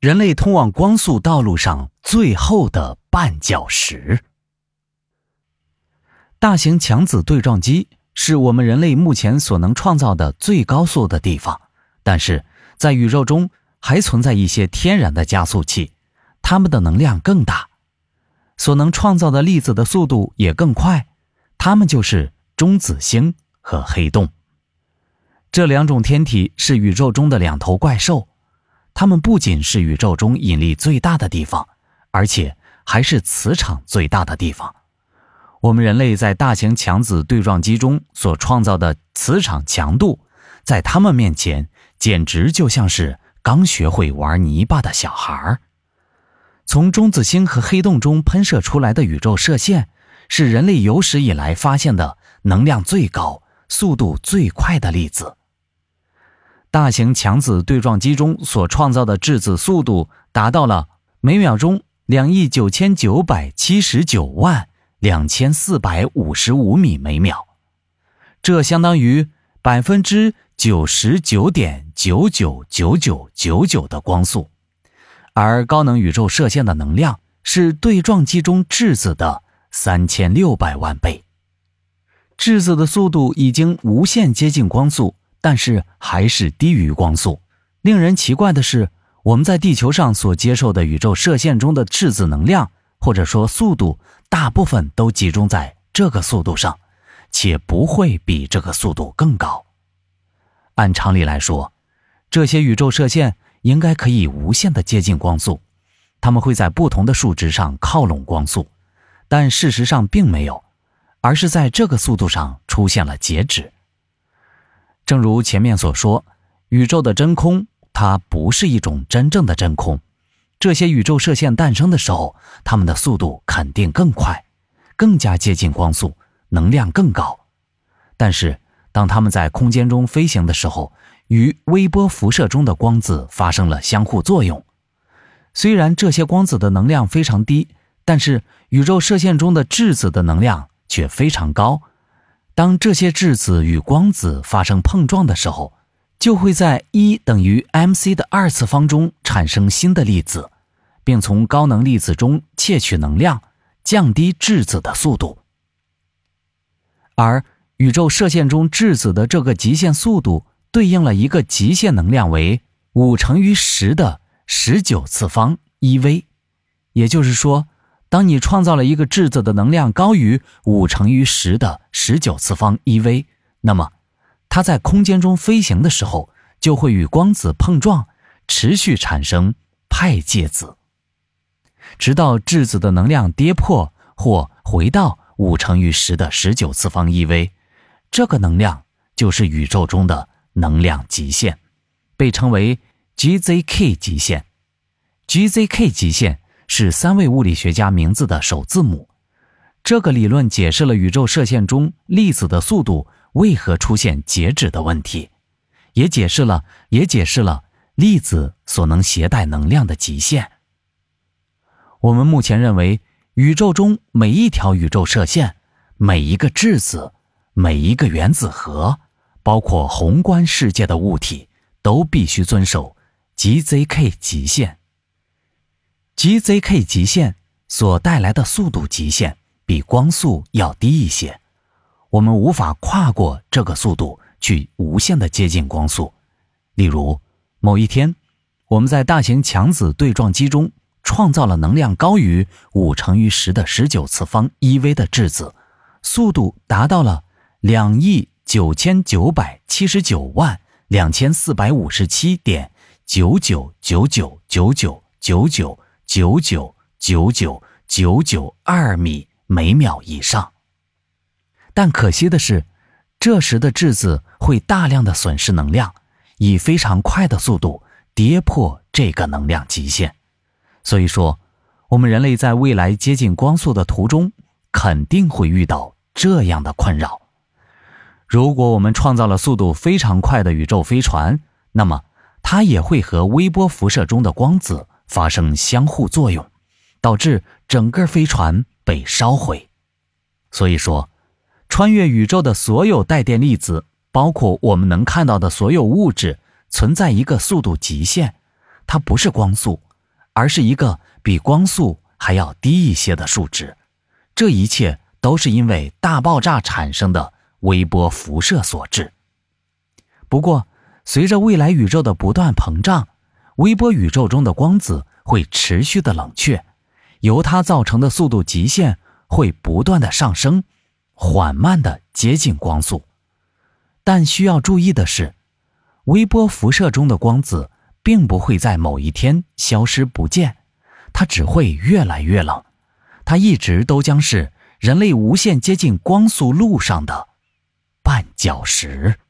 人类通往光速道路上最后的绊脚石。大型强子对撞机是我们人类目前所能创造的最高速的地方，但是在宇宙中还存在一些天然的加速器，它们的能量更大，所能创造的粒子的速度也更快，它们就是中子星和黑洞。这两种天体是宇宙中的两头怪兽，它们不仅是宇宙中引力最大的地方，而且还是磁场最大的地方。我们人类在大型强子对撞机中所创造的磁场强度，在它们面前简直就像是刚学会玩泥巴的小孩。从中子星和黑洞中喷射出来的宇宙射线，是人类有史以来发现的能量最高、速度最快的粒子。大型强子对撞机中所创造的质子速度达到了每秒钟299,979,2455米每秒，这相当于99.999999% 的光速。而高能宇宙射线的能量是对撞机中质子的3600万倍。质子的速度已经无限接近光速，但是还是低于光速。令人奇怪的是，我们在地球上所接受的宇宙射线中的质子能量，或者说速度，大部分都集中在这个速度上，且不会比这个速度更高。按常理来说，这些宇宙射线应该可以无限地接近光速，它们会在不同的数值上靠拢光速，但事实上并没有，而是在这个速度上出现了截止。正如前面所说，宇宙的真空它不是一种真正的真空，这些宇宙射线诞生的时候，它们的速度肯定更快，更加接近光速，能量更高。但是当它们在空间中飞行的时候，与微波辐射中的光子发生了相互作用。虽然这些光子的能量非常低，但是宇宙射线中的质子的能量却非常高。当这些质子与光子发生碰撞的时候，就会在 E 等于 mc 的二次方中产生新的粒子，并从高能粒子中窃取能量，降低质子的速度。而宇宙射线中质子的这个极限速度对应了一个极限能量为5乘以10的19次方 eV， 也就是说，当你创造了一个质子的能量高于5乘以10的19次方 eV， 那么它在空间中飞行的时候就会与光子碰撞，持续产生派介子，直到质子的能量跌破或回到5乘以10的19次方 eV， 这个能量就是宇宙中的能量极限，被称为 GZK 极限。 GZK 极限是3位物理学家名字的首字母。这个理论解释了宇宙射线中粒子的速度为何出现截止的问题，也解释了粒子所能携带能量的极限。我们目前认为，宇宙中每一条宇宙射线、每一个质子、每一个原子核，包括宏观世界的物体，都必须遵守 GZK 极限。GZK 极限所带来的速度极限比光速要低一些，我们无法跨过这个速度去无限地接近光速。例如，某一天，我们在大型强子对撞机中创造了能量高于5乘以10的19次方 eV 的质子，速度达到了2亿9,900,794,2,454,7点99999999999999999999999999999999999999999999999999999999但可惜的是，这时的质子会大量的损失能量，以非常快的速度跌破这个能量极限。所以说，我们人类在未来接近光速的途中，肯定会遇到这样的困扰。如果我们创造了速度非常快的宇宙飞船，那么它也会和微波辐射中的光子发生相互作用，导致整个飞船被烧毁。所以说，穿越宇宙的所有带电粒子，包括我们能看到的所有物质，存在一个速度极限，它不是光速， 而是一个比光速还要低一些的数值。这一切都是因为大爆炸产生的微波辐射所致。不过，随着未来宇宙的不断膨胀，微波宇宙中的光子会持续的冷却，由它造成的速度极限会不断的上升，缓慢的接近光速。但需要注意的是，微波辐射中的光子并不会在某一天消失不见，它只会越来越冷，它一直都将是人类无限接近光速路上的绊脚石。